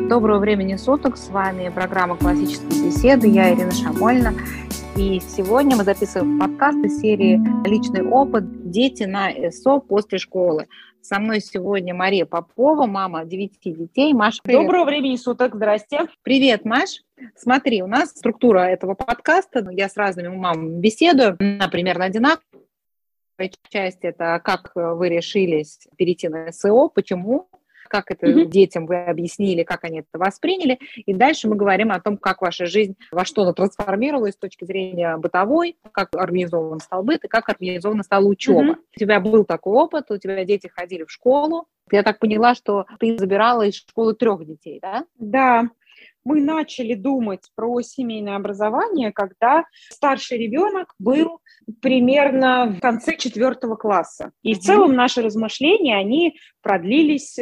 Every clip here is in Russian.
Доброго времени суток, с вами программа «Классические беседы», я Ирина Шамольна. И сегодня мы записываем подкаст из серии «Личный опыт. Дети на СО после школы». Со мной сегодня Мария Попова, мама 9 детей. Маша, привет. Доброго времени суток, здрасте. Привет, Маш. Смотри, у нас структура этого подкаста, я с разными мамами беседую, она примерно одинаковая. Часть – это как вы решились перейти на СО, почему, как это детям вы объяснили, как они это восприняли. И дальше мы говорим о том, как ваша жизнь, во что она трансформировалась с точки зрения бытовой, как организован стал быт и как организована стала учеба. У тебя был такой опыт, у тебя дети ходили в школу. Я так поняла, что ты забирала из школы 3 детей, да? Да. Мы начали думать про семейное образование, когда старший ребенок был примерно в конце 4 класса. И в целом наши размышления, они продлились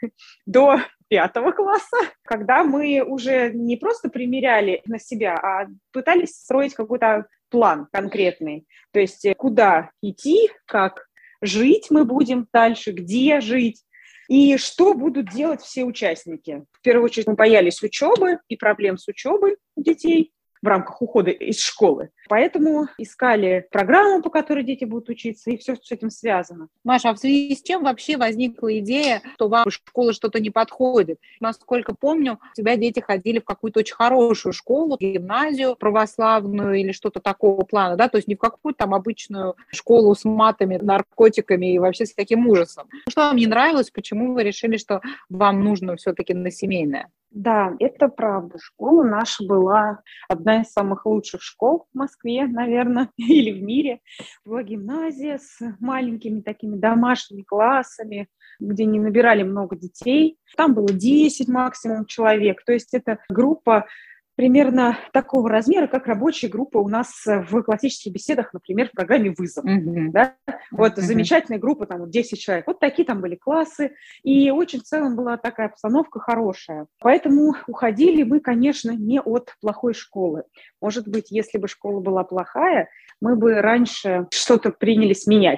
до 5 класса, когда мы уже не просто примеряли на себя, а пытались строить какой-то план конкретный. То есть куда идти, как жить мы будем дальше, где жить. И что будут делать все участники? В первую очередь мы боялись учебы и проблем с учебой у детей в рамках ухода из школы. Поэтому искали программу, по которой дети будут учиться, и все с этим связано. Маша, а в связи с чем вообще возникла идея, что вам школа что-то не подходит? Насколько помню, у тебя дети ходили в какую-то очень хорошую школу, гимназию православную или что-то такого плана, да? То есть не в какую-то там обычную школу с матами, наркотиками и вообще с таким ужасом. Что вам не нравилось, почему вы решили, что вам нужно все-таки на семейное? Да, это правда. Школа наша была одна из самых лучших школ в Москве, наверное, или в мире. Была гимназия с маленькими такими домашними классами, где не набирали много детей. Там было 10 максимум человек. То есть это группа примерно такого размера, как рабочая группа у нас в классических беседах, например, в программе «Вызов». Да? Вот замечательная группа, там 10 человек. Вот такие там были классы. И очень в целом была такая обстановка хорошая. Поэтому уходили мы, конечно, не от плохой школы. Может быть, если бы школа была плохая, мы бы раньше что-то принялись менять.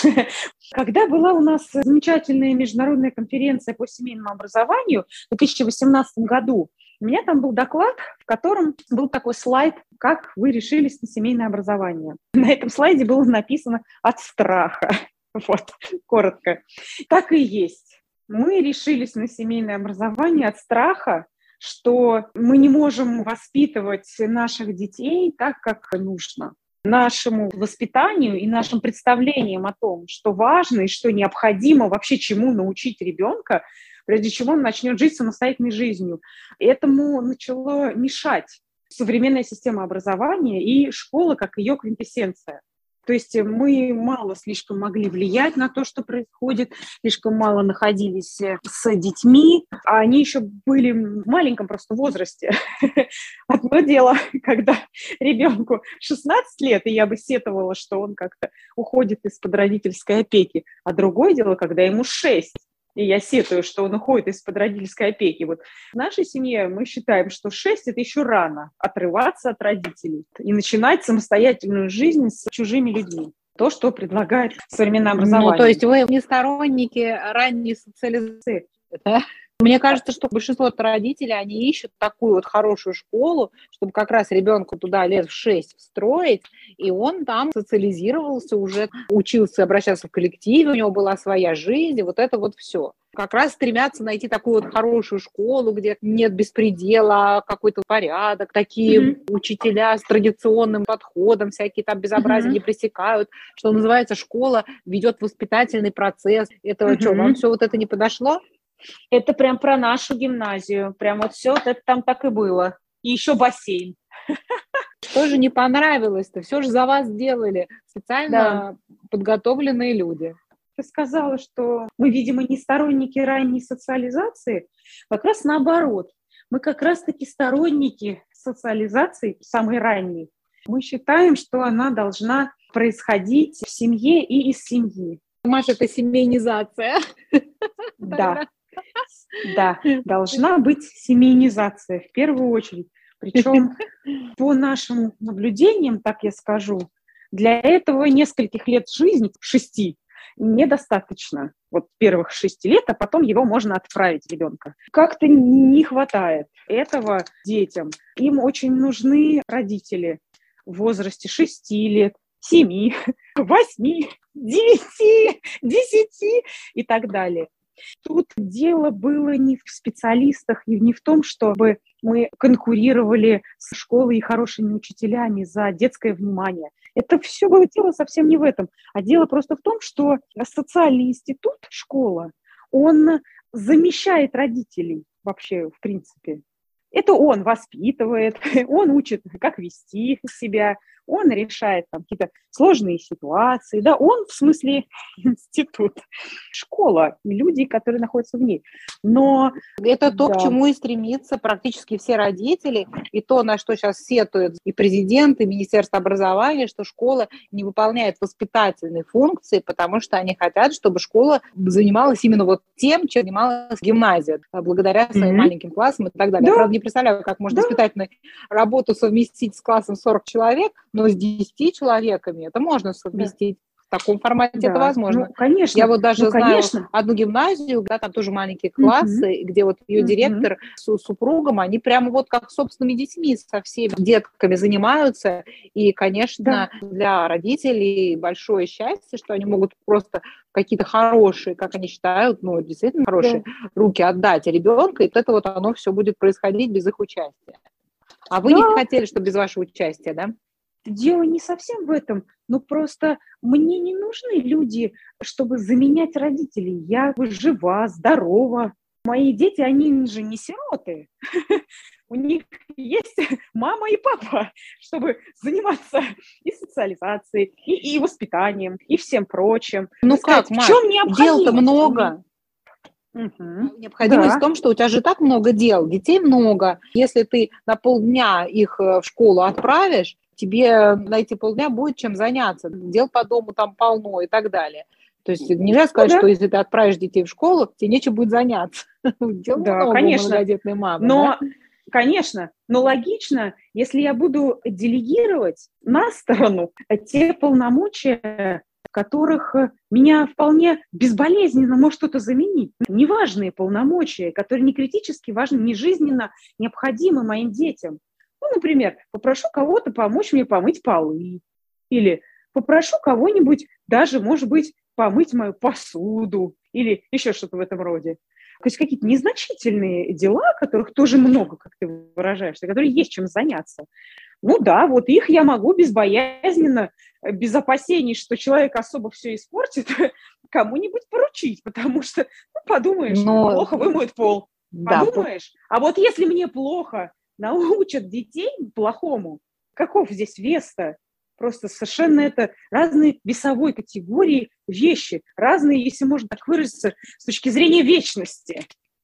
Когда была у нас замечательная международная конференция по семейному образованию в 2018 году, у меня там был доклад, в котором был такой слайд, как вы решились на семейное образование. На этом слайде было написано «от страха». Вот, коротко. Так и есть. Мы решились на семейное образование от страха, что мы не можем воспитывать наших детей так, как нужно. Нашему воспитанию и нашим представлениям о том, что важно и что необходимо, вообще чему научить ребенка, прежде чем он начнет жить самостоятельной жизнью. Этому начало мешать современная система образования и школа как ее квинтэссенция. То есть мы мало слишком могли влиять на то, что происходит, слишком мало находились с детьми, а они еще были в маленьком просто возрасте. Одно дело, когда ребенку 16 лет, и я бы сетовала, что он как-то уходит из-под родительской опеки, а другое дело, когда ему 6. И я сетую, что он уходит из-под родительской опеки. Вот в нашей семье мы считаем, что 6 – это еще рано отрываться от родителей и начинать самостоятельную жизнь с чужими людьми. То, что предлагает современное образование. Ну, то есть вы не сторонники ранней социализации, да? Мне кажется, что большинство родителей, они ищут такую вот хорошую школу, чтобы как раз ребенку туда лет в 6 встроить, и он там социализировался уже, учился обращаться в коллективе, у него была своя жизнь, и вот это вот все. Как раз стремятся найти такую вот хорошую школу, где нет беспредела, какой-то порядок, такие учителя с традиционным подходом, всякие там безобразия не пресекают, что называется, школа ведет воспитательный процесс. Это что, вам все вот это не подошло? Это прям про нашу гимназию. Прям вот все это там так и было. И еще бассейн. Что же не понравилось-то? Все же за вас делали специально подготовленные люди. Ты сказала, что мы, видимо, не сторонники ранней социализации. Как раз наоборот. Мы как раз-таки сторонники социализации самой ранней. Мы считаем, что она должна происходить в семье и из семьи. Маша, это семейнизация. Да, должна быть семейнизация в первую очередь. Причем по нашим наблюдениям, так я скажу, для этого нескольких лет жизни, 6, недостаточно. Вот первых 6 лет, а потом его можно отправить, ребенка. Как-то не хватает этого детям. Им очень нужны родители в возрасте 6 лет, 7, 8, 9, 10 и так далее. Тут дело было не в специалистах и не в том, чтобы мы конкурировали с школой и хорошими учителями за детское внимание. Это все было дело совсем не в этом. А дело просто в том, что социальный институт, школа, он замещает родителей вообще, в принципе. Это он воспитывает, он учит, как вести себя, он решает там какие-то сложные ситуации, да, он в смысле институт, школа, люди, которые находятся в ней. Но это то, к чему и стремятся практически все родители, и то, на что сейчас сетуют и президент, и Министерство образования, что школа не выполняет воспитательные функции, потому что они хотят, чтобы школа занималась именно вот тем, чем занималась гимназия, благодаря своим маленьким классам и так далее. Да. Я, правда, не представляю, как можно воспитательную работу совместить с классом 40 человек, но с 10 человеками это можно совместить. В таком формате это возможно. Ну, конечно. Я вот даже знаю одну гимназию, да, там тоже маленькие классы, где вот ее директор с супругом, они прямо вот как собственными детьми со всеми детками занимаются. И, конечно, для родителей большое счастье, что они могут просто какие-то хорошие, как они считают, ну, действительно хорошие руки отдать ребенка, и это вот оно все будет происходить без их участия. А вы не хотели, чтобы без вашего участия, да? Дело не совсем в этом, но просто мне не нужны люди, чтобы заменять родителей. Я жива, здорова. Мои дети, они же не сироты. У них есть мама и папа, чтобы заниматься и социализацией, и воспитанием, и всем прочим. Ну как, Маш, дел-то много. Необходимость в том, что у тебя же так много дел, детей много. Если ты на полдня их в школу отправишь, тебе на эти полдня будет чем заняться. Дел по дому там полно и так далее. То есть нельзя сказать, что если ты отправишь детей в школу, тебе нечем будет заняться. Дел много, конечно. У многодетной мамы. Но, конечно, но логично, если я буду делегировать на сторону те полномочия, которых меня вполне безболезненно может кто-то заменить. Неважные полномочия, которые не критически важны, не жизненно необходимы моим детям. Ну, например, попрошу кого-то помочь мне помыть полы. Или попрошу кого-нибудь даже, может быть, помыть мою посуду. Или еще что-то в этом роде. То есть какие-то незначительные дела, которых тоже много, как ты выражаешься, которые есть чем заняться. Ну да, вот их я могу безбоязненно, без опасений, что человек особо все испортит, кому-нибудь поручить, потому что, ну, подумаешь, плохо вымоет пол. Подумаешь, а вот если мне плохо, научат детей плохому, каков здесь вес-то? Просто совершенно это разные весовой категории вещи, разные, если можно так выразиться, с точки зрения вечности.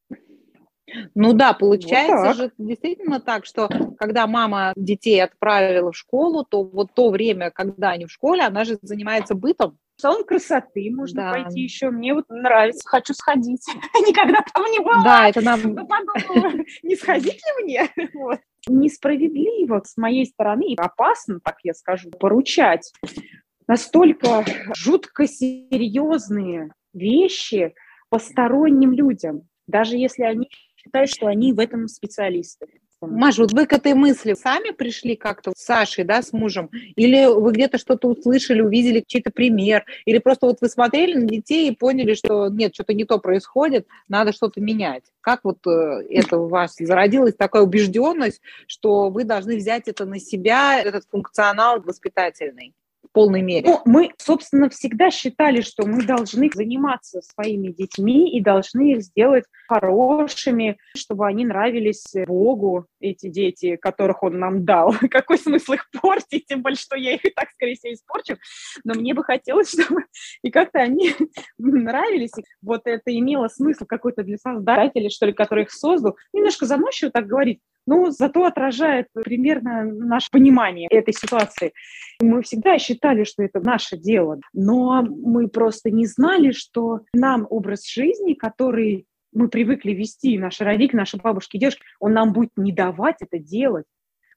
Ну да, получается вот же действительно так, что когда мама детей отправила в школу, то вот то время, когда они в школе, она же занимается бытом. В салон красоты можно пойти еще. Мне вот нравится, хочу сходить. Никогда там не была. Да, это нам... Подумала, не сходить ли мне? Вот. Несправедливо с моей стороны, опасно, так я скажу, поручать настолько жутко серьезные вещи посторонним людям, даже если они считают, что они в этом специалисты. Маша, вот вы к этой мысли сами пришли как-то с Сашей, да, с мужем? Или вы где-то что-то услышали, увидели чей-то пример? Или просто вот вы смотрели на детей и поняли, что нет, что-то не то происходит, надо что-то менять? Как вот это у вас зародилась такая убежденность, что вы должны взять это на себя, этот функционал воспитательный? В полной мере. Ну, мы, собственно, всегда считали, что мы должны заниматься своими детьми и должны их сделать хорошими, чтобы они нравились Богу, эти дети, которых Он нам дал. Какой смысл их портить, тем более, что я их и так, скорее всего, испорчу. Но мне бы хотелось, чтобы и как-то они нравились. Вот это имело смысл какой-то для создателя, что ли, который их создал. Немножко заносчиво так говорить, но зато отражает примерно наше понимание этой ситуации. Мы всегда считали, что это наше дело, но мы просто не знали, что нам образ жизни, который мы привыкли вести, наши родители, наши бабушки, дедушки, он нам будет не давать это делать.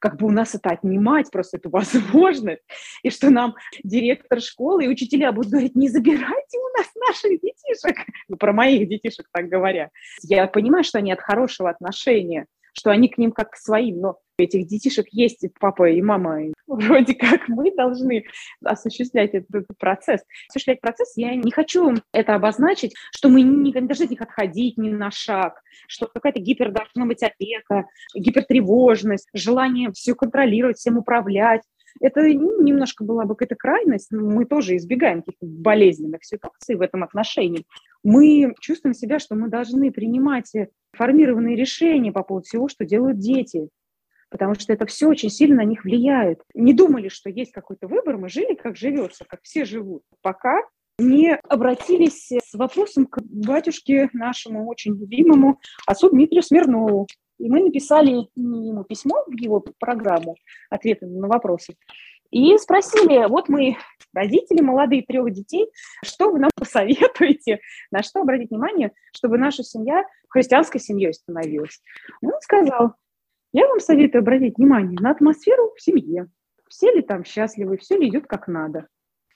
как бы у нас это отнимать, просто эту возможность, и что нам директор школы и учителя будут говорить: не забирайте у нас наших детишек, ну, про моих детишек так говоря. Я понимаю, что они от хорошего отношения, что они к ним как к своим, но у этих детишек есть и папа, и мама, и вроде как мы должны осуществлять этот процесс. Осуществлять процесс, я не хочу это обозначить, что мы не должны от них отходить ни на шаг, что какая-то должна быть опека, гипертревожность, желание все контролировать, всем управлять. Это немножко была бы какая-то крайность, но мы тоже избегаем каких-то болезненных ситуаций в этом отношении. Мы чувствуем себя, что мы должны принимать информированные решения по поводу всего, что делают дети, потому что это все очень сильно на них влияет. Не думали, что есть какой-то выбор, мы жили, как живется, как все живут, пока не обратились с вопросом к батюшке нашему очень любимому, отцу Дмитрию Смирнову. И мы написали ему письмо в его программу, ответы на вопросы, и спросили: вот мы, родители, молодые 3 детей, что вы нам посоветуете, на что обратить внимание, чтобы наша семья христианской семьей становилась. Он сказал: я вам советую обратить внимание на атмосферу в семье. Все ли там счастливы, все ли идет как надо.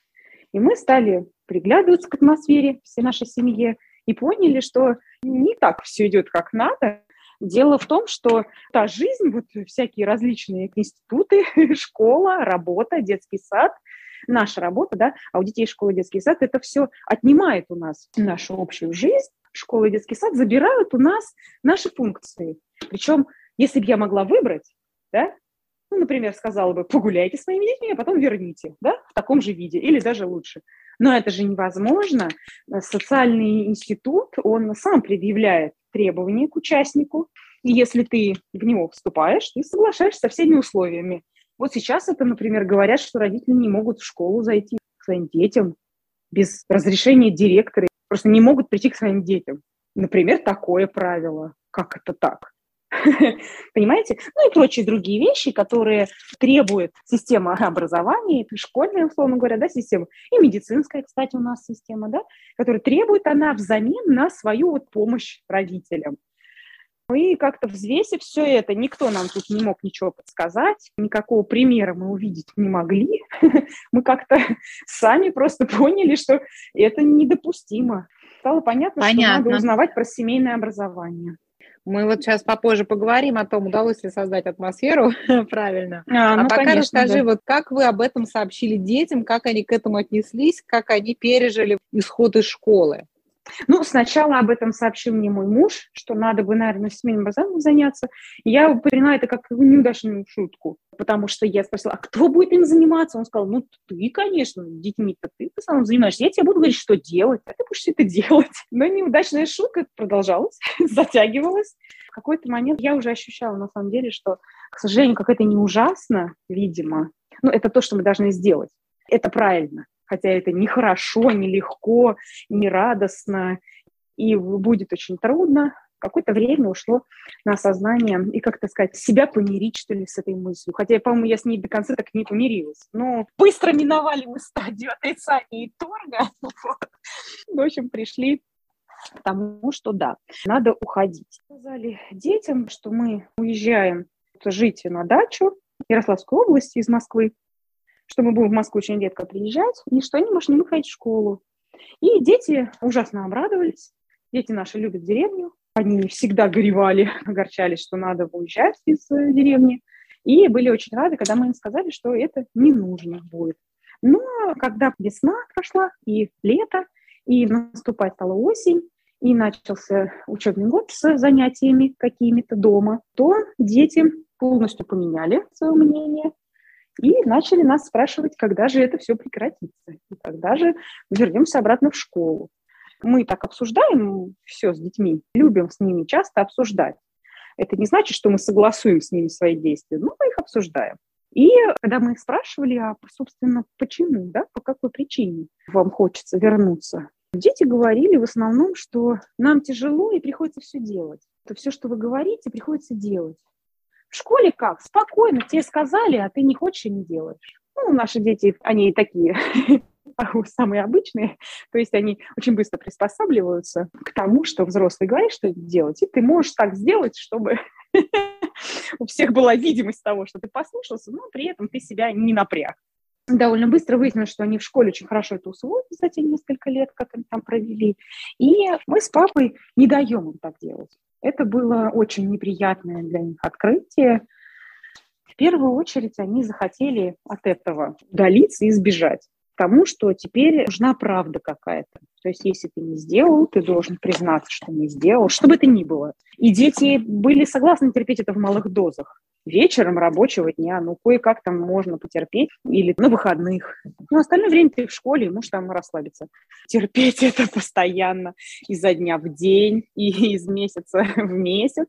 И мы стали приглядываться к атмосфере всей нашей семье и поняли, что не так все идет как надо. Дело в том, что та жизнь, вот всякие различные институты, школа, работа, детский сад, наша работа, да, а у детей школа и детский сад, это все отнимает у нас нашу общую жизнь. Школа и детский сад забирают у нас наши функции. Причем, если бы я могла выбрать, да, ну, например, сказала бы: погуляйте с моими детьми, а потом верните, да, в таком же виде или даже лучше. Но это же невозможно. Социальный институт, он сам предъявляет требования к участнику, и если ты в него вступаешь, ты соглашаешься со всеми условиями. Вот сейчас это, например, говорят, что родители не могут в школу зайти к своим детям без разрешения директора, просто не могут прийти к своим детям. Например, такое правило. Как это так? Понимаете? Ну и прочие другие вещи, которые требует система образования, школьная, условно говоря, да, система, и медицинская, кстати, у нас система, да, которая требует она взамен на свою вот помощь родителям. И как-то взвесив все это, никто нам тут не мог ничего подсказать, никакого примера мы увидеть не могли. Мы как-то сами просто поняли, что это недопустимо. Стало понятно, что надо узнавать про семейное образование. Мы вот сейчас попозже поговорим о том, удалось ли создать атмосферу правильно. Ну, пока конечно, расскажи, да. вот как вы об этом сообщили детям, как они к этому отнеслись, как они пережили исход из школы? Ну, сначала об этом сообщил мне мой муж, что надо бы, наверное, семейным образованием заняться. Я приняла это как неудачную шутку, потому что я спросила: а кто будет им заниматься? Он сказал: ну, ты, конечно, детьми-то ты в основном занимаешься. Я тебе буду говорить, что делать, а ты будешь все это делать. Но неудачная шутка продолжалась, затягивалась. В какой-то момент я уже ощущала, на самом деле, что, к сожалению, как это не ужасно, видимо, ну, это то, что мы должны сделать. Это правильно. Хотя это нехорошо, нелегко, не радостно, и будет очень трудно. Какое-то время ушло на осознание и, как-то сказать, себя помирить, что ли, с этой мыслью. Хотя, по-моему, я с ней до конца так не помирилась. Но быстро миновали мы стадию отрицания и торга. Вот. В общем, пришли к тому, что да, надо уходить. Сказали детям, что мы уезжаем жить на дачу в Ярославской области из Москвы, что мы будем в Москву очень редко приезжать, и что они, может, не будут ходить в школу. И дети ужасно обрадовались. Дети наши любят деревню. Они всегда горевали, огорчались, что надо уезжать из деревни. И были очень рады, когда мы им сказали, что это не нужно будет. Но когда весна прошла, и лето, и наступать стала осень, и начался учебный год с занятиями какими-то дома, то дети полностью поменяли свое мнение и начали нас спрашивать, когда же это все прекратится, и когда же вернемся обратно в школу. Мы так обсуждаем все с детьми, любим с ними часто обсуждать. Это не значит, что мы согласуем с ними свои действия, но мы их обсуждаем. И когда мы их спрашивали, а, собственно, почему, да, по какой причине вам хочется вернуться, дети говорили в основном, что нам тяжело и приходится все делать. Это все, что вы говорите, приходится делать. В школе как? Спокойно, тебе сказали, а ты не хочешь и не делаешь. Ну, наши дети, они такие самые обычные, то есть они очень быстро приспосабливаются к тому, что взрослый говорит, что делать, и ты можешь так сделать, чтобы у всех была видимость того, что ты послушался, но при этом ты себя не напряг. Довольно быстро выяснилось, что они в школе очень хорошо это усвоили за те несколько лет, как они там провели. И мы с папой не даем им так делать. Это было очень неприятное для них открытие. В первую очередь они захотели от этого удалиться и сбежать. Потому что теперь нужна правда какая-то. То есть если ты не сделал, ты должен признаться, что не сделал, что бы это ни было. И дети были согласны терпеть это в малых дозах. Вечером рабочего дня, кое-как там можно потерпеть, или на выходных. Но остальное время ты в школе, и можешь там расслабиться. Терпеть это постоянно изо дня в день, и из месяца в месяц,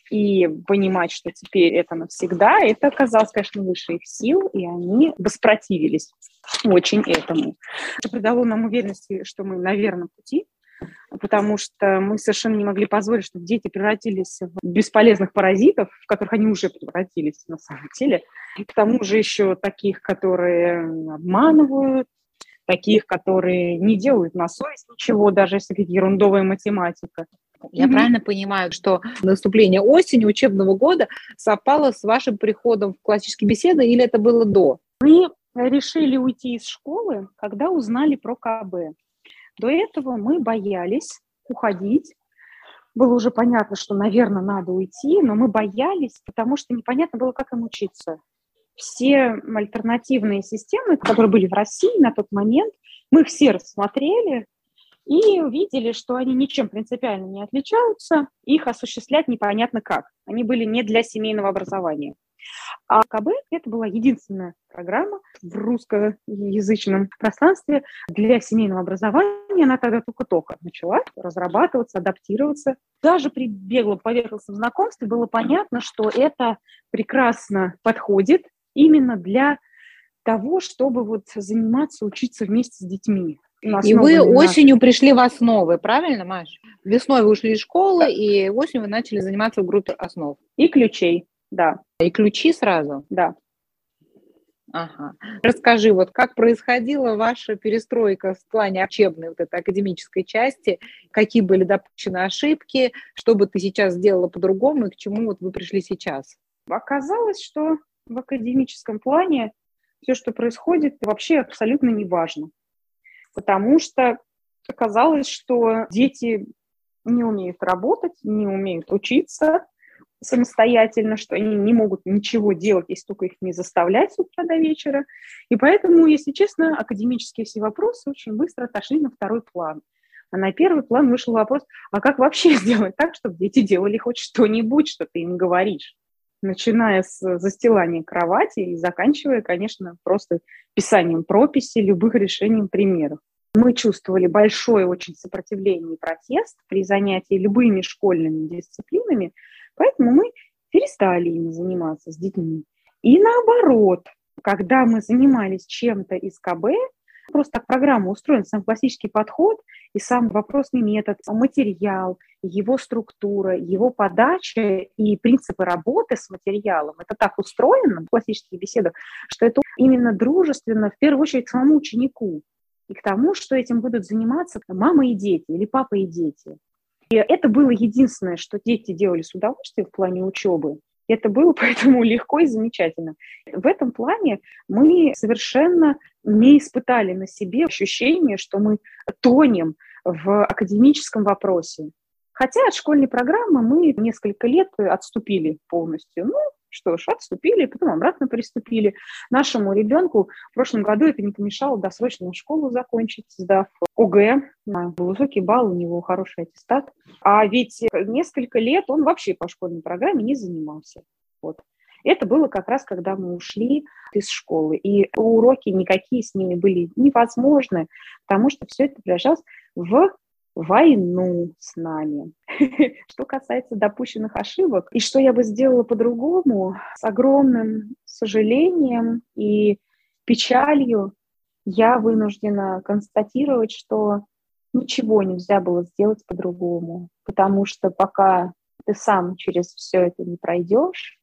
и понимать, что теперь это навсегда, это оказалось, конечно, выше их сил, и они воспротивились очень этому. Это придало нам уверенности, что мы на верном пути, потому что мы совершенно не могли позволить, чтобы дети превратились в бесполезных паразитов, в которых они уже превратились на самом деле. И к тому же еще таких, которые обманывают, таких, которые не делают на совесть ничего, даже если это ерундовая математика. Я правильно понимаю, что наступление осени учебного года совпало с вашим приходом в классические беседы, или это было до? Мы решили уйти из школы, когда узнали про КБ. До этого мы боялись уходить. Было уже понятно, что, наверное, надо уйти, но мы боялись, потому что непонятно было, как им учиться. Все альтернативные системы, которые были в России на тот момент, мы их все рассмотрели и увидели, что они ничем принципиально не отличаются, их осуществлять непонятно как. Они были не для семейного образования. А КБ – это была единственная программа в русскоязычном пространстве для семейного образования. Она тогда только-только начала разрабатываться, адаптироваться. Даже при беглом поверхностном знакомстве было понятно, что это прекрасно подходит именно для того, чтобы заниматься, учиться вместе с детьми. И вы осенью пришли в основы, правильно, Маш? Весной вы ушли из школы, и осенью вы начали заниматься в группе основ. И ключей. Да. И ключи сразу? Да. Ага. Расскажи, как происходила ваша перестройка в плане учебной, этой академической части, какие были допущены ошибки, что бы ты сейчас сделала по-другому и к чему вы пришли сейчас? Оказалось, что в академическом плане все, что происходит, вообще абсолютно не важно, потому что оказалось, что дети не умеют работать, не умеют учиться самостоятельно, что они не могут ничего делать, если только их не заставлять с утра до вечера. И поэтому, если честно, академические все вопросы очень быстро отошли на второй план. А на первый план вышел вопрос, а как вообще сделать так, чтобы дети делали хоть что-нибудь, что ты им говоришь? Начиная с застилания кровати и заканчивая, конечно, просто писанием прописей, любых решений примеров. Мы чувствовали большое очень сопротивление и протест при занятии любыми школьными дисциплинами, поэтому мы перестали ими заниматься с детьми. И наоборот, когда мы занимались чем-то из КБ, просто так программа устроена, сам классический подход и сам вопросный метод, материал, его структура, его подача и принципы работы с материалом. Это так устроено в классических беседах, что это именно дружественно, в первую очередь, к самому ученику и к тому, что этим будут заниматься мама и дети или папа и дети. И это было единственное, что дети делали с удовольствием в плане учебы. Это было поэтому легко и замечательно. В этом плане мы совершенно не испытали на себе ощущение, что мы тонем в академическом вопросе. Хотя от школьной программы мы несколько лет отступили полностью. Что ж, отступили, потом обратно приступили. Нашему ребенку в прошлом году это не помешало досрочно школу закончить, сдав ОГЭ на высокий балл, у него хороший аттестат. А ведь несколько лет он вообще по школьной программе не занимался. Это было как раз, когда мы ушли из школы. И уроки никакие с ними были невозможны, потому что все это превращалось в войну с нами. Что касается допущенных ошибок, и что я бы сделала по-другому, с огромным сожалением и печалью я вынуждена констатировать, что ничего нельзя было сделать по-другому, потому что пока ты сам через все это не пройдешь,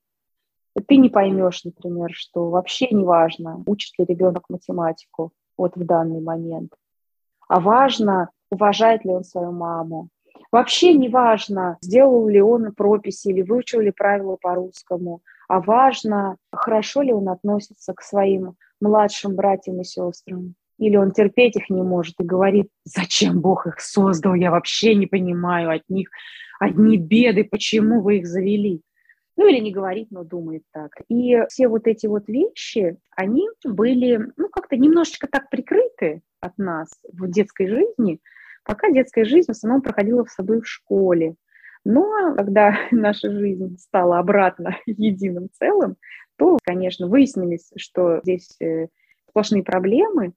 ты не поймешь, например, что вообще не важно, учит ли ребенок математику в данный момент, а важно, уважает ли он свою маму, Вообще не важно, сделал ли он прописи или выучил ли правила по-русскому, а важно, хорошо ли он относится к своим младшим братьям и сестрам. Или он терпеть их не может и говорит, зачем Бог их создал, я вообще не понимаю, от них одни беды, почему вы их завели. Ну или не говорит, но думает так. И все вот эти вот вещи, они были, как-то немножечко так прикрыты от нас в детской жизни, пока детская жизнь в основном проходила в саду и в школе. Но когда наша жизнь стала обратно единым целым, то, конечно, выяснились, что здесь сплошные проблемы.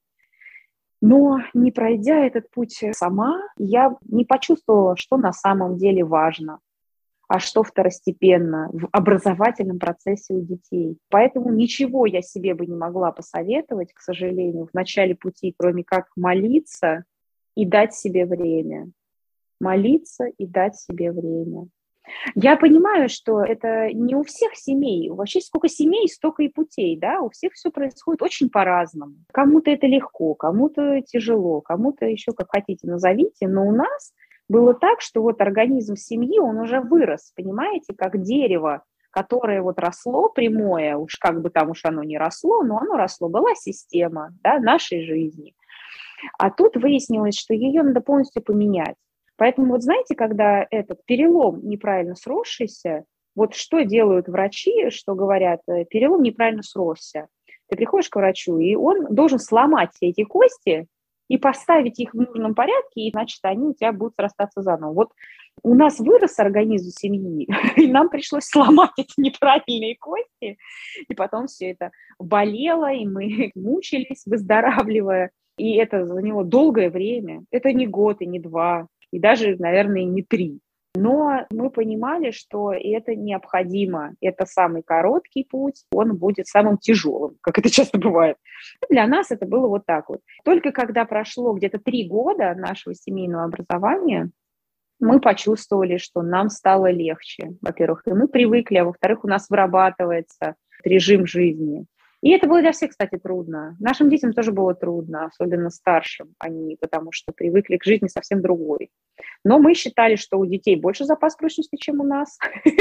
Но не пройдя этот путь сама, я не почувствовала, что на самом деле важно, а что второстепенно в образовательном процессе у детей. Поэтому ничего я себе бы не могла посоветовать, к сожалению, в начале пути, кроме как молиться и дать себе время. Молиться и дать себе время. Я понимаю, что это не у всех семей. Вообще сколько семей, столько и путей, да? У всех все происходит очень по-разному. Кому-то это легко, кому-то тяжело, кому-то еще как хотите назовите. Но у нас было так, что вот организм семьи, он уже вырос, понимаете, как дерево, которое вот росло прямое, уж как бы там уж оно не росло, но оно росло, была система, да, нашей жизни. А тут выяснилось, что ее надо полностью поменять. Поэтому вот знаете, когда этот перелом неправильно сросшийся, вот что делают врачи, что говорят, перелом неправильно сросся. Ты приходишь к врачу, и он должен сломать все эти кости и поставить их в нужном порядке, и значит, они у тебя будут срастаться заново. Вот у нас вырос организм семьи, и нам пришлось сломать эти неправильные кости, и потом все это болело, и мы мучились, выздоравливая. И это заняло долгое время. Это не год и не два, и даже, наверное, не 3. Но мы понимали, что это необходимо. Это самый короткий путь, он будет самым тяжелым, как это часто бывает. Для нас это было вот так вот. Только когда прошло где-то 3 года нашего семейного образования, мы почувствовали, что нам стало легче. Во-первых, и мы привыкли, а во-вторых, у нас вырабатывается режим жизни. И это было для всех, кстати, трудно. Нашим детям тоже было трудно, особенно старшим, потому что привыкли к жизни совсем другой. Но мы считали, что у детей больше запас прочности, чем у нас.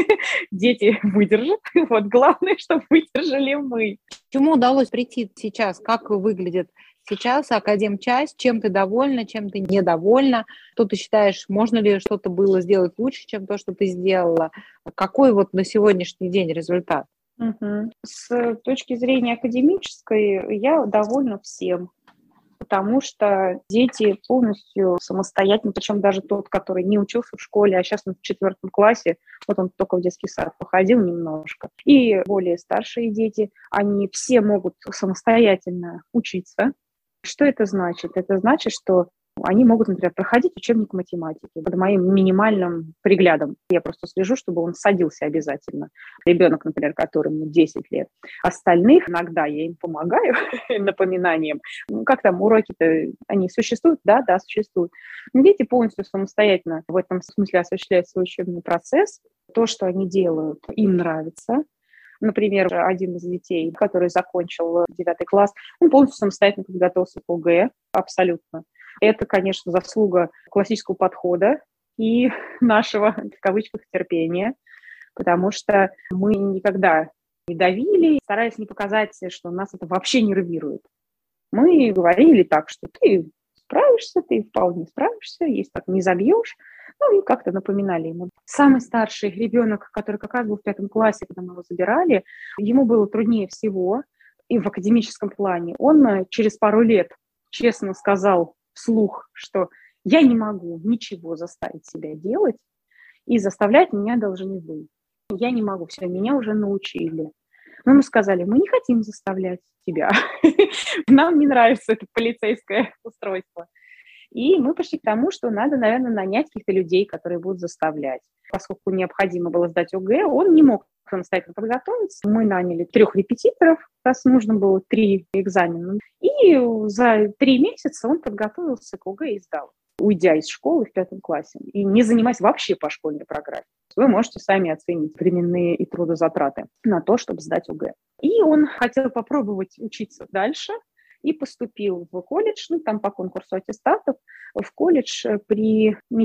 Дети выдержат. Вот главное, чтобы выдержали мы. К чему удалось прийти сейчас? Как выглядит сейчас академчасть? Чем ты довольна, чем ты недовольна? Что ты считаешь, можно ли что-то было сделать лучше, чем то, что ты сделала? Какой вот на сегодняшний день результат? С точки зрения академической я довольна всем, потому что дети полностью самостоятельны, причем даже тот, который не учился в школе, а сейчас он в 4 классе, вот он только в детский сад походил немножко, и более старшие дети, они все могут самостоятельно учиться. Что это значит? Это значит, что они могут, например, проходить учебник математики под моим минимальным приглядом. Я просто слежу, чтобы он садился обязательно. Ребенок, например, которому 10 лет. Остальных иногда я им помогаю напоминанием. Как там уроки-то, они существуют? Да, существуют. Но дети полностью самостоятельно в этом смысле осуществляют свой учебный процесс. То, что они делают, им нравится. Например, один из детей, который закончил 9 класс, он полностью самостоятельно подготовился к ОГЭ, абсолютно. Это, конечно, заслуга классического подхода и нашего, в кавычках, терпения, потому что мы никогда не давили, стараясь не показать, что нас это вообще нервирует. Мы говорили так, что ты справишься, ты вполне справишься, если так не забьешь. Ну и как-то напоминали ему. Самый старший ребенок, который как раз был в 5 классе, когда мы его забирали, ему было труднее всего и в академическом плане. Он через пару лет честно сказал вслух, что я не могу ничего заставить себя делать, и заставлять меня должны вы. Я не могу, все, меня уже научили. Мы ему сказали, мы не хотим заставлять тебя. Нам не нравится это полицейское устройство. И мы пришли к тому, что надо, наверное, нанять каких-то людей, которые будут заставлять. Поскольку необходимо было сдать ОГЭ, он не мог самостоятельно подготовиться. Мы наняли 3 репетиторов, раз нужно было 3 экзамена. И за 3 месяца он подготовился к ОГЭ и сдал, уйдя из школы в 5 классе и не занимаясь вообще по школьной программе. Вы можете сами оценить временные и трудозатраты на то, чтобы сдать ОГЭ. И он хотел попробовать учиться дальше, и поступил в колледж, там по конкурсу аттестатов, в колледж при МИФИ,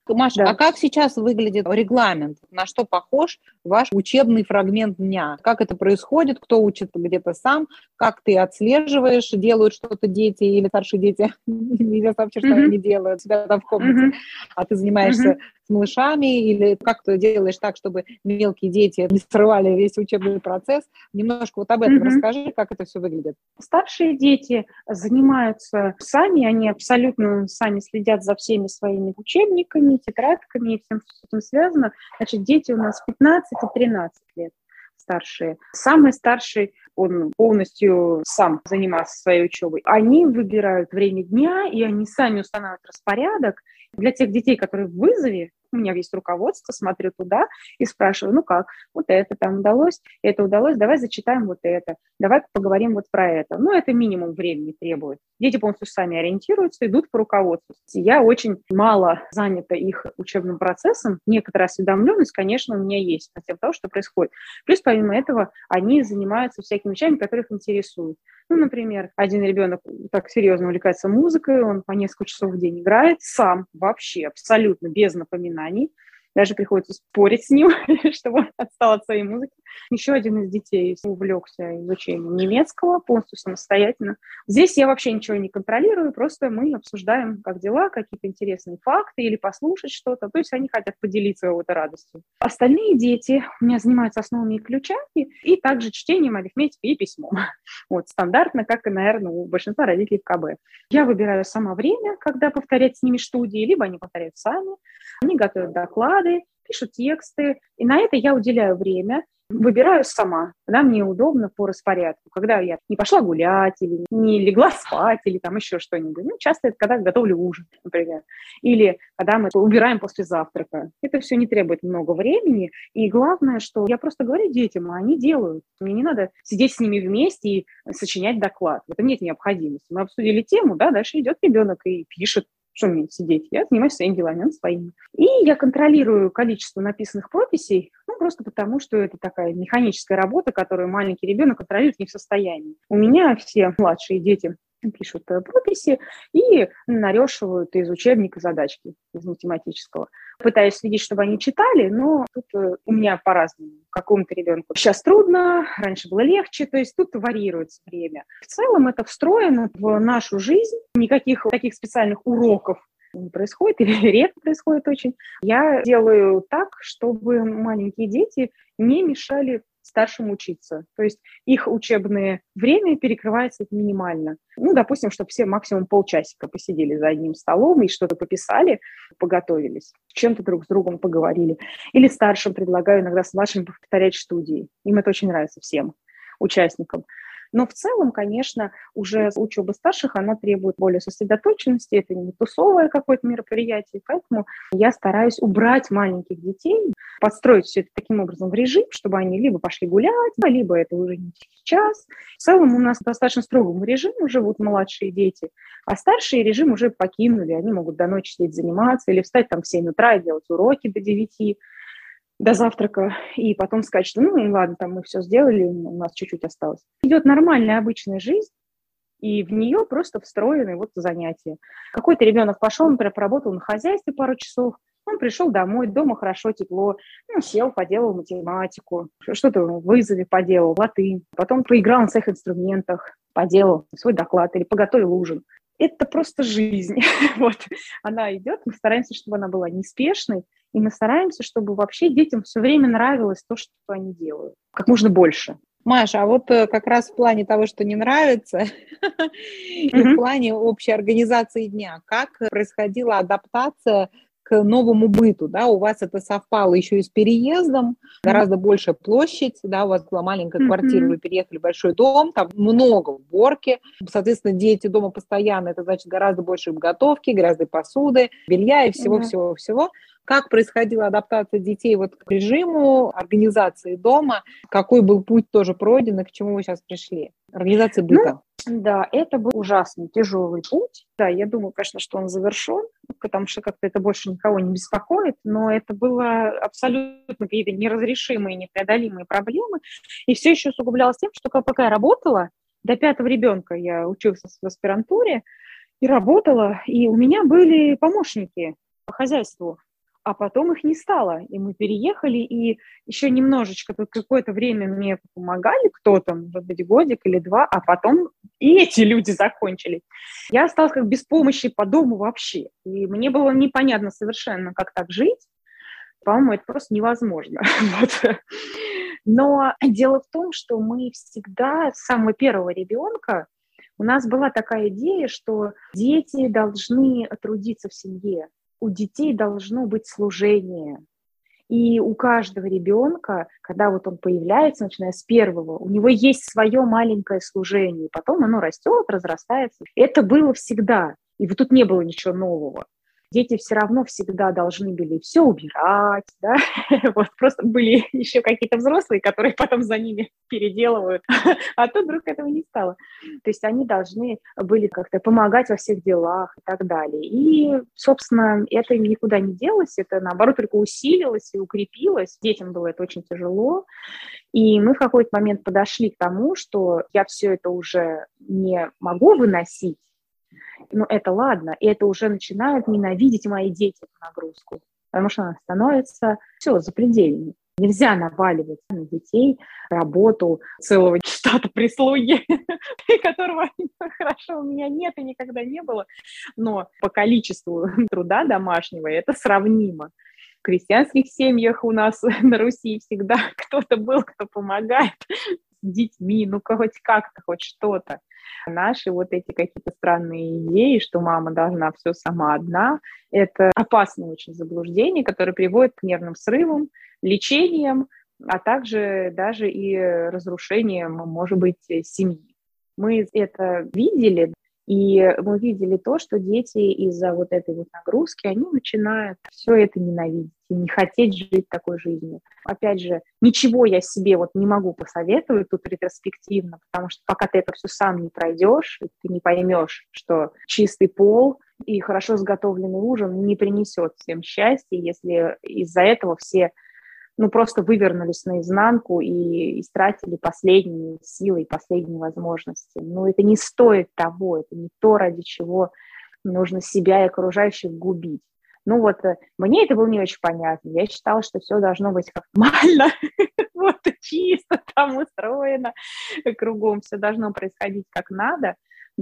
Маша, Да. а как сейчас выглядит регламент? На что похож ваш учебный фрагмент дня? Как это происходит? Кто учит где-то сам? Как ты отслеживаешь, делают что-то дети или старшие дети? Нельзя сообщить, что они делают у себя там в комнате. А ты занимаешься с малышами? Или как ты делаешь так, чтобы мелкие дети не срывали весь учебный процесс? Немножко вот об этом расскажи, как это все выглядит. Старшие дети занимаются сами, они абсолютно сами следят за всеми своими учебниками, тетрадками и всем, что с этим связано. Значит, дети у нас 15 и 13 лет старшие. Самый старший, он полностью сам занимался своей учебой. Они выбирают время дня, и они сами устанавливают распорядок. Для тех детей, которые в вызове, у меня есть руководство, смотрю туда и спрашиваю, ну как, вот это там удалось, это удалось, давай зачитаем вот это, давай поговорим вот про это. Ну, это минимум времени требует. Дети полностью сами ориентируются, идут по руководству. Я очень мало занята их учебным процессом. Некоторая осведомленность, конечно, у меня есть на тему того, что происходит. Плюс, помимо этого, они занимаются всякими вещами, которые их интересуют. Ну, например, один ребенок так серьезно увлекается музыкой, он по несколько часов в день играет сам, вообще, абсолютно без напоминаний. Даже приходится спорить с ним, чтобы он отстал от своей музыки. Еще один из детей увлекся изучением немецкого полностью самостоятельно. Здесь я вообще ничего не контролирую, просто мы обсуждаем, как дела, какие-то интересные факты или послушать что-то. То есть они хотят поделиться какой-то радостью. Остальные дети у меня занимаются основными ключами и также чтением, арифметикой и письмом. Вот, стандартно, как и, наверное, у большинства родителей в КБ. Я выбираю сама время, когда повторять с ними студии, либо они повторяют сами. Они готовят доклады, пишут тексты, и на это я уделяю время, выбираю сама, когда мне удобно по распорядку, когда я не пошла гулять, или не легла спать, или там еще что-нибудь. Ну, часто это когда готовлю ужин, например, или когда мы убираем после завтрака. Это все не требует много времени, и главное, что я просто говорю детям, а они делают. Мне не надо сидеть с ними вместе и сочинять доклад. В этом нет необходимости. Мы обсудили тему, да, дальше идет ребенок и пишет. Что мне сидеть? Я занимаюсь своими делами, он своими. И я контролирую количество написанных прописей, ну, просто потому, что это такая механическая работа, которую маленький ребенок контролировать не в состоянии. У меня все младшие дети пишут прописи и нарешивают из учебника задачки из математического. Пытаюсь следить, чтобы они читали, но тут у меня по-разному. Какому-то ребенку сейчас трудно, раньше было легче, то есть тут варьируется время. В целом это встроено в нашу жизнь, никаких таких специальных уроков не происходит или редко происходит очень. Я делаю так, чтобы маленькие дети не мешали старшим учиться. То есть их учебное время перекрывается минимально. Ну, допустим, чтобы все максимум полчасика посидели за одним столом и что-то пописали, поготовились, чем-то друг с другом поговорили. Или старшим предлагаю иногда с младшими повторять студии. Им это очень нравится всем участникам. Но в целом, конечно, уже учеба старших, она требует более сосредоточенности, это не тусовое какое-то мероприятие, поэтому я стараюсь убрать маленьких детей, подстроить все это таким образом в режим, чтобы они либо пошли гулять, либо это уже не сейчас. В целом у нас достаточно строгому режиму живут младшие дети, а старшие режим уже покинули, они могут до ночи сидеть заниматься или встать там в 7 утра и делать уроки до 9, до завтрака, и потом сказать, что ну ладно, там мы все сделали, у нас чуть-чуть осталось. Идет нормальная обычная жизнь, и в нее просто встроены вот занятия. Какой-то ребенок пошел, например, поработал на хозяйстве пару часов, он пришел домой, дома хорошо, тепло, ну, сел, поделал математику, что-то в вызове поделал, латынь, потом поиграл на своих инструментах, поделал свой доклад или поготовил ужин. Это просто жизнь. Вот. Она идет, мы стараемся, чтобы она была неспешной, и мы стараемся, чтобы вообще детям все время нравилось то, что они делают, как можно больше. Маша, а вот как раз в плане того, что не нравится, и в плане общей организации дня, как происходила адаптация к новому быту, да, у вас это совпало еще и с переездом, гораздо большая площадь, да, у вас была маленькая квартира, вы переехали в большой дом, там много уборки, соответственно, дети дома постоянно, это значит гораздо больше готовки, гораздо посуды, белья и всего-всего-всего. Как происходила адаптация детей вот к режиму, организации дома, какой был путь тоже пройден и к чему вы сейчас пришли? Организация быта. Да, это был ужасно тяжелый путь. Да, я думаю, конечно, что он завершен, потому что как-то это больше никого не беспокоит, но это было абсолютно какие-то неразрешимые, непреодолимые проблемы. И все еще усугублялось тем, что пока я работала, до 5-го ребенка я училась в аспирантуре и работала, и у меня были помощники по хозяйству. А потом их не стало, и мы переехали, и еще немножечко, тут какое-то время мне помогали кто-то, может быть, годик или два, а потом и эти люди закончились. Я осталась как без помощи по дому вообще, и мне было непонятно совершенно, как так жить. По-моему, это просто невозможно. Вот. Но дело в том, что мы всегда с самого первого ребенка, у нас была такая идея, что дети должны трудиться в семье, у детей должно быть служение. И у каждого ребенка, когда вот он появляется, начиная с первого, у него есть свое маленькое служение, потом оно растет, разрастается. Это было всегда, и вот тут не было ничего нового. Дети все равно всегда должны были все убирать, да, вот просто были еще какие-то взрослые, которые потом за ними переделывают, а тут вдруг этого не стало. То есть они должны были как-то помогать во всех делах и так далее. И, собственно, это никуда не делось, это, наоборот, только усилилось и укрепилось. Детям было это очень тяжело. И мы в какой-то момент подошли к тому, что я все это уже не могу выносить, но это ладно, и это уже начинают ненавидеть мои дети эту нагрузку, потому что она становится все запредельной. Нельзя наваливать на детей работу целого штата прислуги, которого хорошо у меня нет и никогда не было, но по количеству труда домашнего это сравнимо. В крестьянских семьях у нас на Руси всегда кто-то был, кто помогает с детьми, ну хоть как-то, хоть что-то. Наши вот эти какие-то странные идеи, что мама должна все сама одна, это опасное очень заблуждение, которое приводит к нервным срывам, лечениям, а также даже и разрушением, может быть, семьи. Мы это видели, и мы видели то, что дети из-за вот этой вот нагрузки, они начинают все это ненавидеть и не хотеть жить такой жизнью. Опять же, ничего я себе вот не могу посоветовать тут ретроспективно, потому что пока ты это все сам не пройдешь, ты не поймешь, что чистый пол и хорошо сготовленный ужин не принесет всем счастья, если из-за этого все просто вывернулись наизнанку и истратили последние силы и последние возможности. Это не стоит того, это не то, ради чего нужно себя и окружающих губить. Мне это было не очень понятно. Я считала, что все должно быть как нормально, вот чисто там устроено, кругом все должно происходить как надо.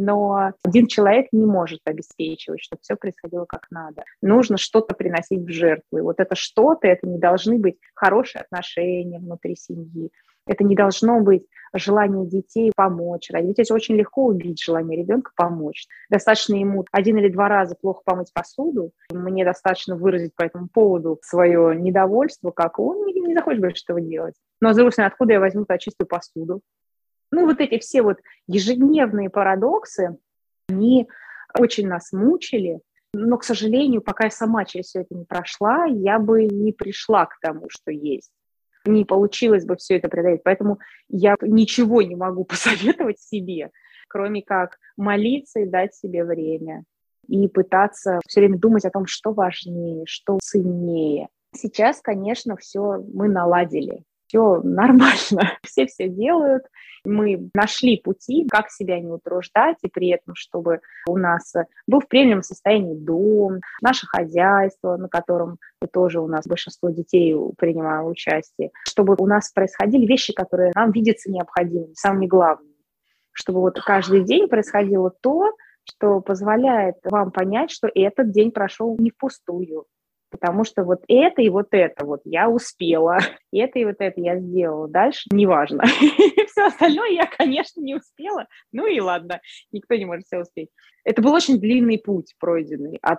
Но один человек не может обеспечивать, чтобы все происходило как надо. Нужно что-то приносить в жертву. И вот это что-то, это не должны быть хорошие отношения внутри семьи. Это не должно быть желание детей помочь. Ведь очень легко убить желание ребенка помочь. Достаточно ему 1 или 2 раза плохо помыть посуду. Мне достаточно выразить по этому поводу свое недовольство, как он не захочет больше этого делать. Но, с другой стороны, откуда я возьму чистую посуду? Вот эти все вот ежедневные парадоксы, они очень нас мучили, но, к сожалению, пока я сама через все это не прошла, я бы не пришла к тому, что есть. Не получилось бы все это преодолеть. Поэтому я ничего не могу посоветовать себе, кроме как молиться и дать себе время. И пытаться все время думать о том, что важнее, что ценнее. Сейчас, конечно, все мы наладили. Все нормально, все делают. Мы нашли пути, как себя не утруждать, и при этом, чтобы у нас был в приемлемом состоянии дом, наше хозяйство, на котором тоже у нас большинство детей принимало участие, чтобы у нас происходили вещи, которые нам видятся необходимыми, самыми главными, чтобы каждый день происходило то, что позволяет вам понять, что этот день прошел не впустую. Потому что это и это я успела, и это я сделала. Дальше неважно. Все остальное я, конечно, не успела. И ладно, никто не может все успеть. Это был очень длинный путь пройденный от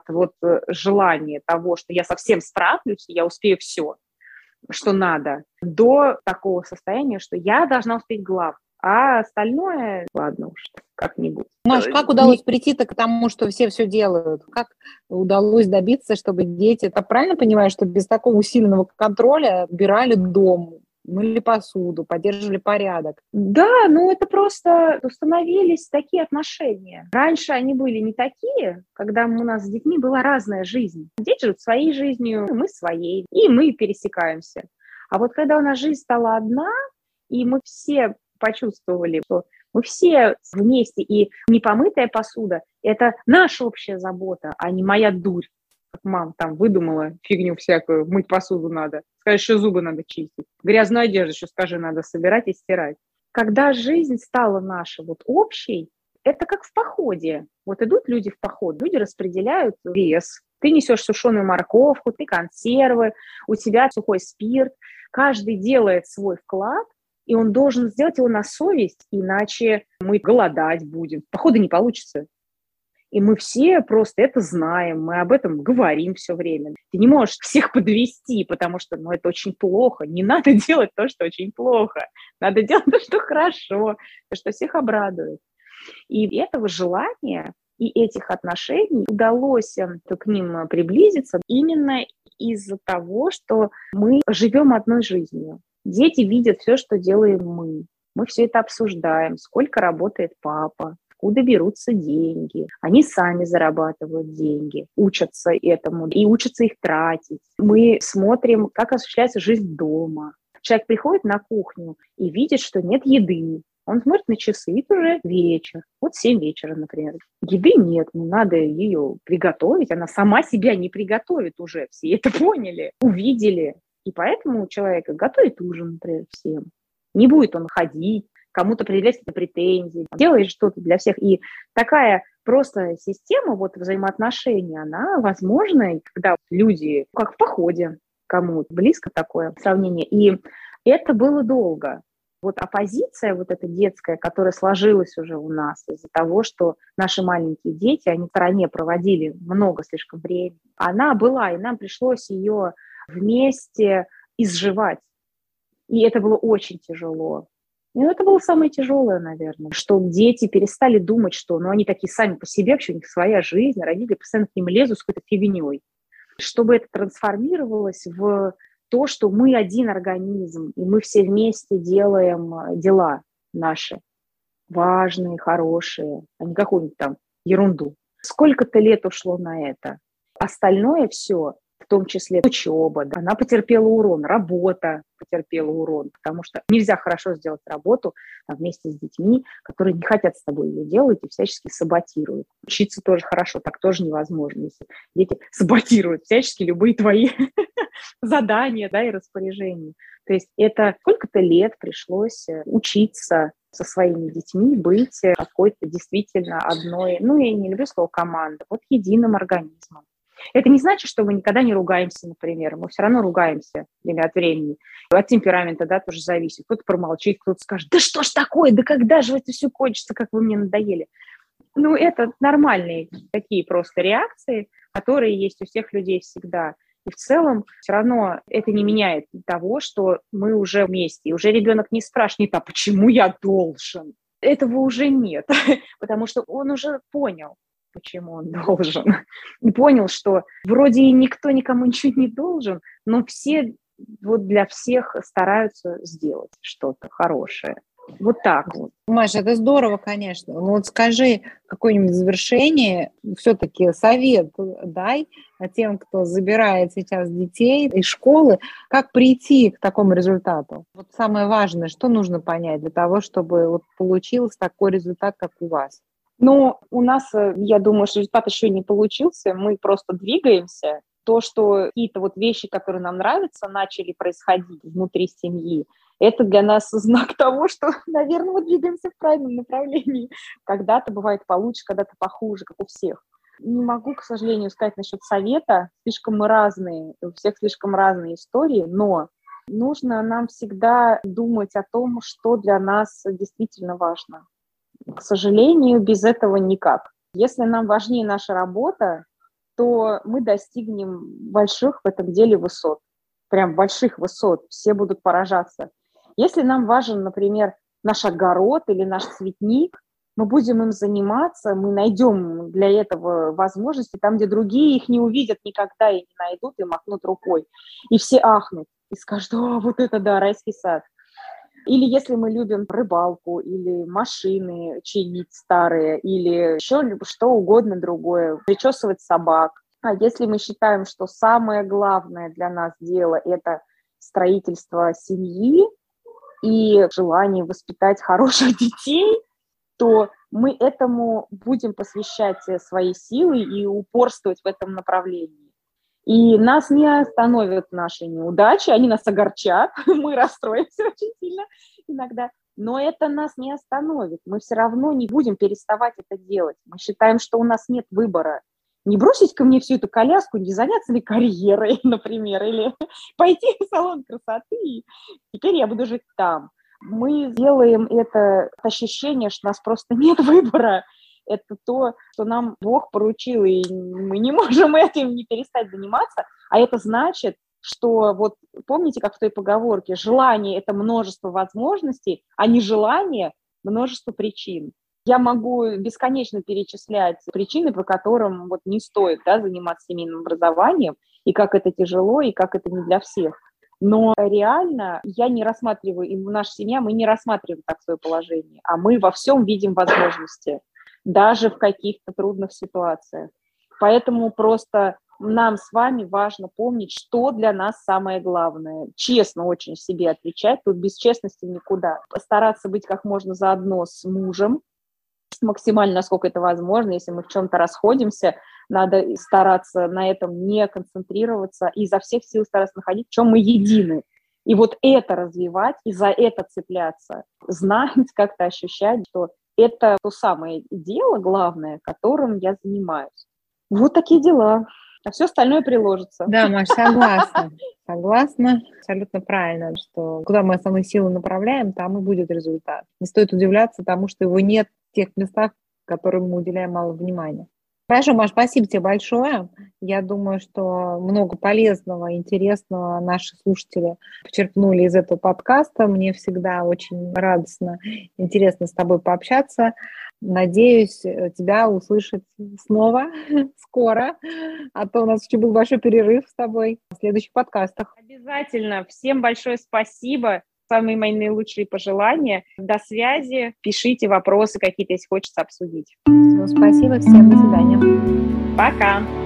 желания того, что я совсем справлюсь, я успею все, что надо, до такого состояния, что я должна успеть главное. А остальное, ладно уж, как-нибудь. Маш, как удалось прийти-то к тому, что все делают? Как удалось добиться, чтобы дети... Я правильно понимаю, что без такого усиленного контроля убирали дом, мыли посуду, поддерживали порядок? Да, это просто установились такие отношения. Раньше они были не такие, когда у нас с детьми была разная жизнь. Дети живут своей жизнью, мы своей, и мы пересекаемся. А когда у нас жизнь стала одна, и мы все почувствовали, что мы все вместе, и непомытая посуда – это наша общая забота, а не моя дурь. как мама там выдумала фигню всякую, мыть посуду надо, скажи, что зубы надо чистить, грязную одежду еще скажи, надо собирать и стирать. Когда жизнь стала наша вот общей, это как в походе. Вот идут люди в поход, люди распределяют вес. Ты несешь сушеную морковку, ты консервы, у тебя сухой спирт. Каждый делает свой вклад, и он должен сделать его на совесть, иначе мы голодать будем. Похода не получится. И мы все просто это знаем, мы об этом говорим все время. Ты не можешь всех подвести, потому что это очень плохо. Не надо делать то, что очень плохо. Надо делать то, что хорошо, то, что всех обрадует. И этого желания и этих отношений удалось к ним приблизиться именно из-за того, что мы живем одной жизнью. Дети видят все, что делаем мы. Мы все это обсуждаем, сколько работает папа, откуда берутся деньги. Они сами зарабатывают деньги, учатся этому и учатся их тратить. Мы смотрим, как осуществляется жизнь дома. Человек приходит на кухню и видит, что нет еды. Он смотрит на часы, и это уже вечер. Вот 7 вечера, например. Еды нет, надо ее приготовить. Она сама себя не приготовит уже. Все это поняли, увидели. И поэтому человек готовит ужин, например, всем. Не будет он ходить, кому-то предъявлять какие-то претензии. Делает что-то для всех. И такая просто система взаимоотношений, она возможна, когда люди, как в походе, кому-то близко такое сравнение. И это было долго. Вот оппозиция эта детская, которая сложилась уже у нас из-за того, что наши маленькие дети, они в стороне проводили много слишком времени, она была, и нам пришлось ее вместе изживать. И это было очень тяжело. И это было самое тяжелое, наверное, что дети перестали думать, что они такие сами по себе, вообще у них своя жизнь, родители постоянно к ним лезут с какой-то фигней. Чтобы это трансформировалось в то, что мы один организм, и мы все вместе делаем дела наши, важные, хорошие, а не какую-нибудь там ерунду. Сколько-то лет ушло на это. Остальное все, в том числе учеба, она потерпела урон, работа потерпела урон, потому что нельзя хорошо сделать работу вместе с детьми, которые не хотят с тобой ее делать и всячески саботируют. Учиться тоже хорошо, так тоже невозможно, если дети саботируют всячески любые твои задания, и распоряжения. То есть это сколько-то лет пришлось учиться со своими детьми быть какой-то действительно одной, я не люблю слово команда, единым организмом. Это не значит, что мы никогда не ругаемся, например. Мы все равно ругаемся время от времени. От темперамента, тоже зависит. Кто-то промолчит, кто-то скажет, да что ж такое, да когда же это все кончится, как вы мне надоели. Это нормальные такие просто реакции, которые есть у всех людей всегда. И в целом все равно это не меняет того, что мы уже вместе. И уже ребенок не спрашивает, а почему я должен? Этого уже нет, потому что он уже понял, почему он должен. И понял, что вроде и никто никому ничего не должен, но все для всех стараются сделать что-то хорошее. Вот так вот. Маша, это здорово, конечно. Скажи какое-нибудь завершение, все-таки совет дай тем, кто забирает сейчас детей из школы, как прийти к такому результату. Самое важное, что нужно понять для того, чтобы получился такой результат, как у вас. У нас, я думаю, что результат еще не получился, мы просто двигаемся. То, что какие-то вещи, которые нам нравятся, начали происходить внутри семьи, это для нас знак того, что, наверное, мы двигаемся в правильном направлении. Когда-то бывает получше, когда-то похуже, как у всех. Не могу, к сожалению, сказать насчет совета. Слишком мы разные, у всех слишком разные истории, но нужно нам всегда думать о том, что для нас действительно важно. К сожалению, без этого никак. Если нам важнее наша работа, то мы достигнем больших в этом деле высот. Прям больших высот. Все будут поражаться. Если нам важен, например, наш огород или наш цветник, мы будем им заниматься, мы найдем для этого возможности там, где другие их не увидят никогда и не найдут, и махнут рукой. И все ахнут и скажут, вот это да, райский сад. Или если мы любим рыбалку, или машины чинить старые, или еще что угодно другое, причесывать собак. А если мы считаем, что самое главное для нас дело – это строительство семьи и желание воспитать хороших детей, то мы этому будем посвящать свои силы и упорствовать в этом направлении. И нас не остановят наши неудачи, они нас огорчат, мы расстроимся очень сильно иногда, но это нас не остановит. Мы все равно не будем переставать это делать. Мы считаем, что у нас нет выбора. Не бросить ко мне всю эту коляску, не заняться ли карьерой, например, или пойти в салон красоты, и теперь я буду жить там. Мы делаем это ощущение, что у нас просто нет выбора. Это то, что нам Бог поручил, и мы не можем этим не перестать заниматься. А это значит, что вот помните, как в той поговорке, желание – это множество возможностей, а нежелание – множество причин. Я могу бесконечно перечислять причины, по которым вот не стоит, да, заниматься семейным образованием, и как это тяжело, и как это не для всех. Но реально я не рассматриваю, и наша семья, мы не рассматриваем так свое положение, а мы во всем видим возможности, даже в каких-то трудных ситуациях. Поэтому просто нам с вами важно помнить, что для нас самое главное. Честно очень себе отвечать, тут без честности никуда. Стараться быть как можно заодно с мужем, максимально, насколько это возможно. Если мы в чем-то расходимся, надо стараться на этом не концентрироваться и изо всех сил стараться находить, в чем мы едины. И вот это развивать, и за это цепляться, знать, как-то ощущать, что это то самое дело главное, которым я занимаюсь. Вот такие дела. А все остальное приложится. Да, Маш, согласна. Согласна, абсолютно правильно, что куда мы основные силы направляем, там и будет результат. Не стоит удивляться тому, что его нет в тех местах, которым мы уделяем мало внимания. Хорошо, Маш, спасибо тебе большое. Я думаю, что много полезного, интересного наши слушатели почерпнули из этого подкаста. Мне всегда очень радостно, интересно с тобой пообщаться. Надеюсь, тебя услышать снова скоро, а то у нас еще был большой перерыв с тобой в следующих подкастах. Обязательно. Всем большое спасибо. Самые мои наилучшие пожелания. До связи. Пишите вопросы какие-то, если хочется обсудить. Спасибо всем. До свидания. Пока.